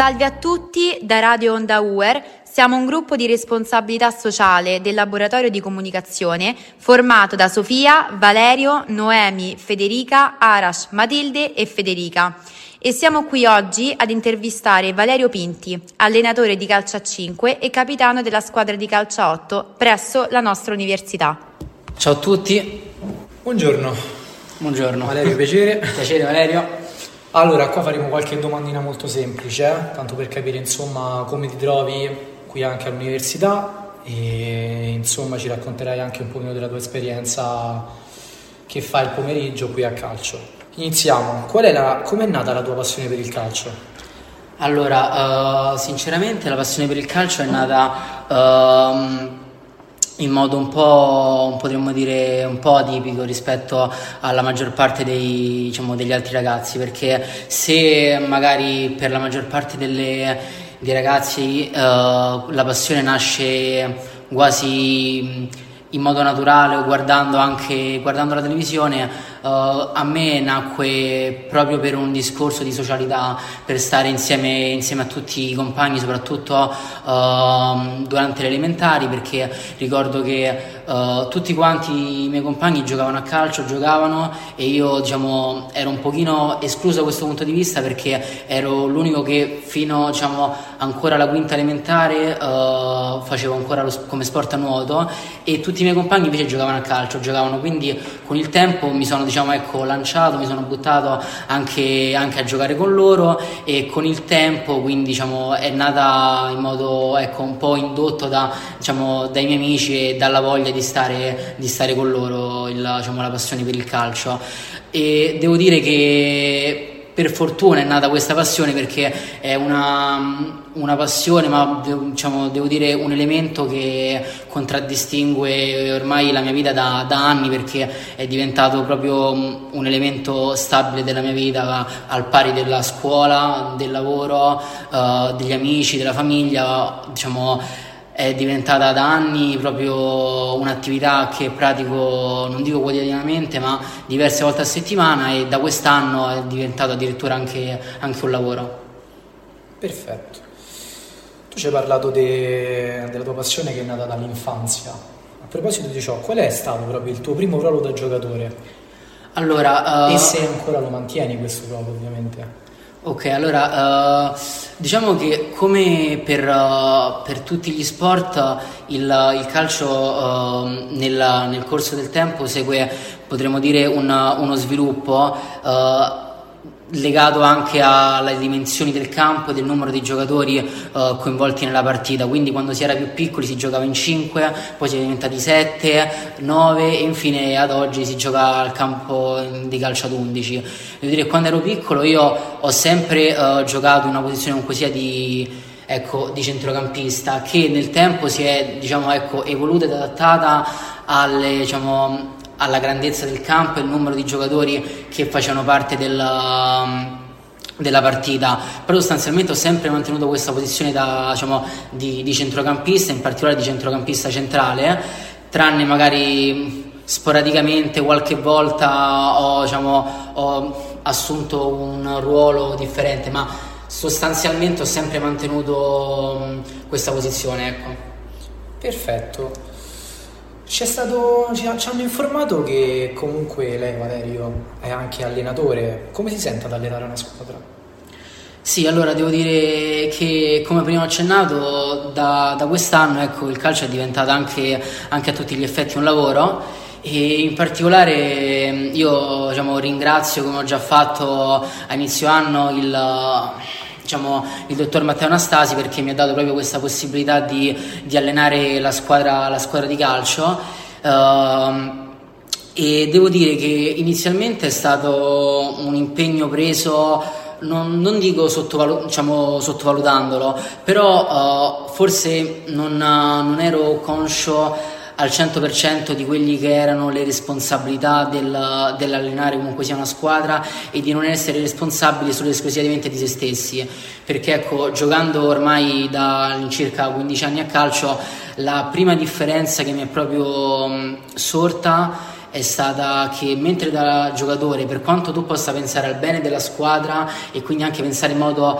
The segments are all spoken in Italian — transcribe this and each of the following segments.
Salve a tutti da Radio Onda UER, siamo un gruppo di responsabilità sociale del laboratorio di comunicazione formato da Sofia, Valerio, Noemi, Federica, Arash, Matilde e Federica. E siamo qui oggi ad intervistare Valerio Pinti, allenatore di calcio a 5 e capitano della squadra di calcio a 8 presso la nostra università. Ciao a tutti. Buongiorno. Buongiorno. Valerio, piacere. Piacere Valerio. Allora, qua faremo qualche domandina molto semplice, tanto per capire insomma come ti trovi qui anche all'università e insomma ci racconterai anche un pochino della tua esperienza che fai il pomeriggio qui a calcio. Iniziamo. Com'è nata la tua passione per il calcio? Allora, sinceramente la passione per il calcio è nata in modo un po', potremmo dire, un po' atipico rispetto alla maggior parte degli altri ragazzi, perché se magari per la maggior parte dei ragazzi la passione nasce quasi in modo naturale o guardando la televisione, a me nacque proprio per un discorso di socialità, per stare insieme a tutti i compagni, soprattutto durante le elementari, perché ricordo che tutti quanti i miei compagni giocavano a calcio, e io ero un pochino escluso da questo punto di vista, perché ero l'unico che fino ancora alla quinta elementare facevo ancora come sport a nuoto, e tutti i miei compagni invece giocavano a calcio, quindi con il tempo mi sono lanciato, mi sono buttato anche a giocare con loro, e con il tempo quindi è nata in modo un po' indotto dai miei amici e dalla voglia di stare con loro la passione per il calcio. E devo dire che per fortuna è nata questa passione, perché è una passione, ma devo dire un elemento che contraddistingue ormai la mia vita da anni, perché è diventato proprio un elemento stabile della mia vita, al pari della scuola, del lavoro, degli amici, della famiglia. È diventata da anni proprio un'attività che pratico, non dico quotidianamente, ma diverse volte a settimana, e da quest'anno è diventato addirittura anche un lavoro. Perfetto. Tu ci hai parlato della tua passione che è nata dall'infanzia. A proposito di ciò, qual è stato proprio il tuo primo ruolo da giocatore? Allora, e se ancora lo mantieni questo ruolo, ovviamente. Ok, allora diciamo che come per tutti gli sport il calcio nel corso del tempo segue, potremmo dire, uno sviluppo legato anche alle dimensioni del campo e del numero di giocatori coinvolti nella partita. Quindi quando si era più piccoli si giocava in 5, poi si è diventati 7, 9 e infine ad oggi si gioca al campo di calcio ad 11. Devo dire, quando ero piccolo io ho sempre giocato in una posizione comunque sia di centrocampista, che nel tempo si è evoluta ed adattata alla grandezza del campo e il numero di giocatori che facevano parte della partita. Però sostanzialmente ho sempre mantenuto questa posizione di centrocampista, in particolare di centrocampista centrale, tranne magari sporadicamente qualche volta ho assunto un ruolo differente, ma sostanzialmente ho sempre mantenuto questa posizione, ecco. Perfetto. Ci hanno informato che comunque lei, Valerio, è anche allenatore. Come si sente ad allenare una squadra? Sì, allora devo dire che, come prima ho accennato, da quest'anno il calcio è diventato anche a tutti gli effetti un lavoro, e in particolare io ringrazio, come ho già fatto a inizio anno, il dottor Matteo Anastasi, perché mi ha dato proprio questa possibilità di allenare la squadra di calcio, e devo dire che inizialmente è stato un impegno preso, non dico sottovalutandolo, però forse non ero conscio al 100% di quelli che erano le responsabilità dell'allenare comunque sia una squadra, e di non essere responsabili solo esclusivamente di se stessi, perché giocando ormai da circa 15 anni a calcio, la prima differenza che mi è proprio sorta è stata che mentre da giocatore, per quanto tu possa pensare al bene della squadra e quindi anche pensare in modo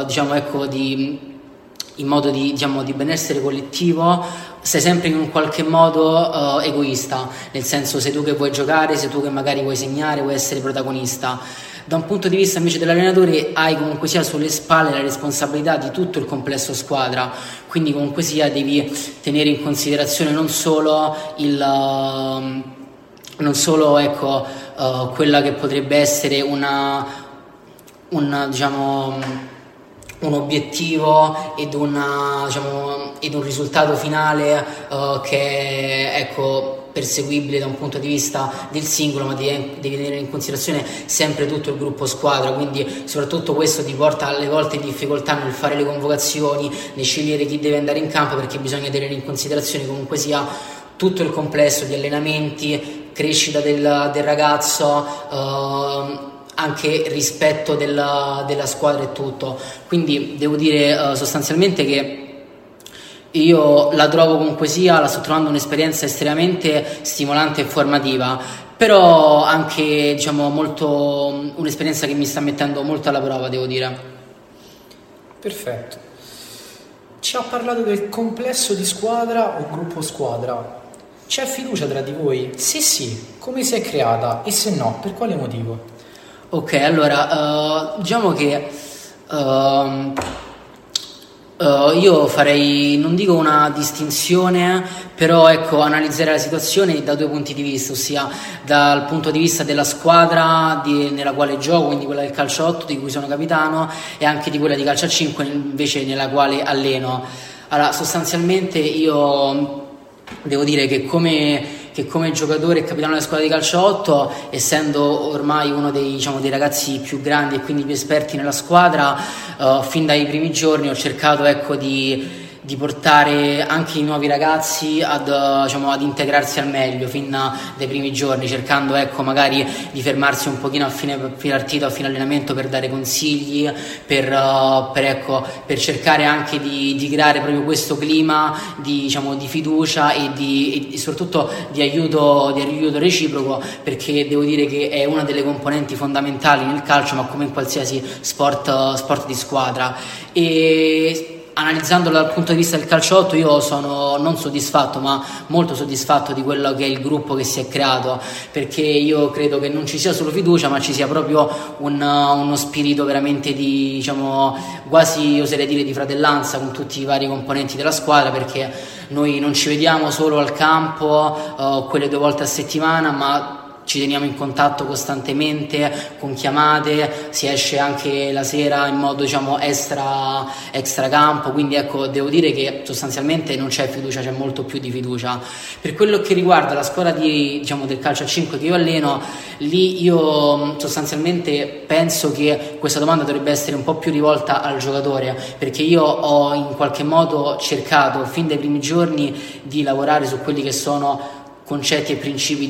di benessere collettivo, sei sempre in un qualche modo egoista, nel senso sei tu che vuoi giocare, sei tu che magari vuoi segnare, vuoi essere protagonista. Da un punto di vista invece dell'allenatore hai comunque sia sulle spalle la responsabilità di tutto il complesso squadra, quindi comunque sia devi tenere in considerazione non solo quella che potrebbe essere un obiettivo ed un risultato finale che è perseguibile da un punto di vista del singolo, ma devi tenere in considerazione sempre tutto il gruppo squadra, quindi soprattutto questo ti porta alle volte in difficoltà nel fare le convocazioni, nel scegliere chi deve andare in campo, perché bisogna tenere in considerazione comunque sia tutto il complesso di allenamenti, crescita del ragazzo, anche rispetto della squadra e tutto. Quindi devo dire sostanzialmente che io la trovo comunque sia, la sto trovando un'esperienza estremamente stimolante e formativa, però anche molto un'esperienza che mi sta mettendo molto alla prova, devo dire. Perfetto. Ci ha parlato del complesso di squadra o gruppo squadra. C'è fiducia tra di voi? Se sì, come si è creata? E se no, per quale motivo? Ok, allora diciamo che io farei, non dico una distinzione, però analizzare la situazione da due punti di vista, ossia dal punto di vista della squadra nella quale gioco, quindi quella del calcio 8 di cui sono capitano, e anche di quella di calcio a 5 invece nella quale alleno. Allora, sostanzialmente io devo dire che come giocatore e capitano della squadra di calcio 8, essendo ormai uno dei ragazzi più grandi e quindi più esperti nella squadra, fin dai primi giorni ho cercato di portare anche i nuovi ragazzi ad integrarsi al meglio fin dai primi giorni, cercando magari di fermarsi un pochino a fine partita, a fine allenamento, per dare consigli, per cercare anche di creare proprio questo clima di fiducia e soprattutto di aiuto reciproco, perché devo dire che è una delle componenti fondamentali nel calcio, ma come in qualsiasi sport di squadra. E analizzandolo dal punto di vista del calcio 8, io sono non soddisfatto, ma molto soddisfatto di quello che è il gruppo che si è creato, perché io credo che non ci sia solo fiducia, ma ci sia proprio uno spirito veramente quasi oserei dire di fratellanza con tutti i vari componenti della squadra, perché noi non ci vediamo solo al campo quelle 2 volte a settimana, ma ci teniamo in contatto costantemente con chiamate, si esce anche la sera in modo extra campo, quindi devo dire che sostanzialmente non c'è fiducia, c'è molto più di fiducia. Per quello che riguarda la squadra del calcio a 5 che io alleno, lì io sostanzialmente penso che questa domanda dovrebbe essere un po' più rivolta al giocatore, perché io ho in qualche modo cercato fin dai primi giorni di lavorare su quelli che sono concetti e principi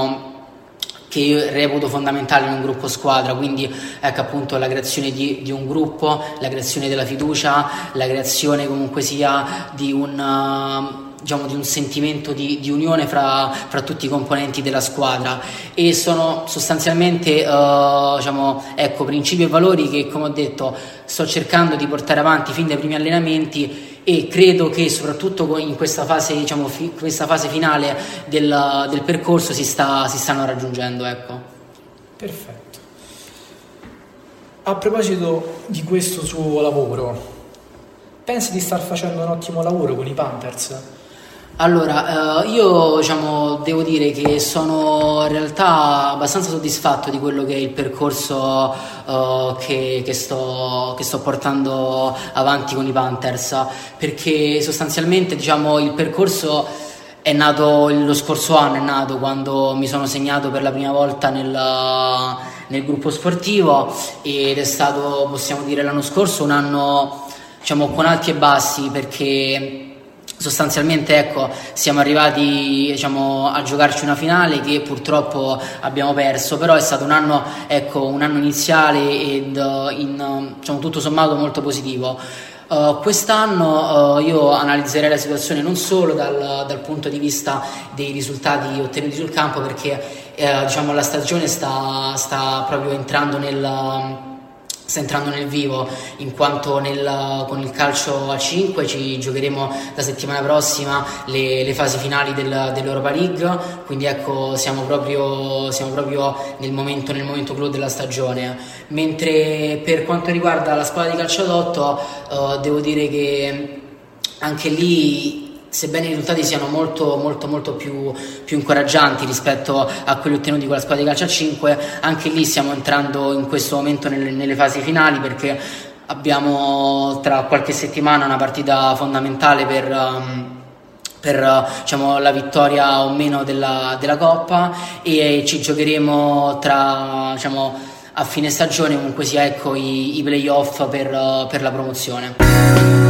che io reputo fondamentali in un gruppo squadra, quindi appunto la creazione di un gruppo, la creazione della fiducia, la creazione comunque sia di un sentimento di unione fra tutti i componenti della squadra, e sono sostanzialmente principi e valori che, come ho detto, sto cercando di portare avanti fin dai primi allenamenti, e credo che soprattutto in questa fase questa fase finale del percorso si stanno raggiungendo. Perfetto. A proposito di questo suo lavoro, pensi di star facendo un ottimo lavoro con i Panthers? Allora, io devo dire che sono in realtà abbastanza soddisfatto di quello che è il percorso che sto portando avanti con i Panthers, perché sostanzialmente il percorso è nato lo scorso anno, quando mi sono segnato per la prima volta nel gruppo sportivo, ed è stato, possiamo dire, l'anno scorso un anno con alti e bassi, perché sostanzialmente siamo arrivati a giocarci una finale che purtroppo abbiamo perso, però è stato un anno iniziale ed tutto sommato molto positivo. Quest'anno io analizzerei la situazione non solo dal punto di vista dei risultati ottenuti sul campo, perché diciamo la stagione sta proprio entrando nel vivo, in quanto con il calcio a 5 ci giocheremo la settimana prossima le fasi finali dell'Europa League, quindi ecco siamo proprio nel momento clou della stagione. Mentre per quanto riguarda la squadra di calcio ad 8, devo dire che anche lì, sebbene i risultati siano molto più incoraggianti rispetto a quelli ottenuti con la squadra di calcio a 5, anche lì stiamo entrando in questo momento nelle fasi finali, perché abbiamo tra qualche settimana una partita fondamentale per diciamo, la vittoria o meno della Coppa, e ci giocheremo a fine stagione comunque sia, ecco, i playoff per la promozione.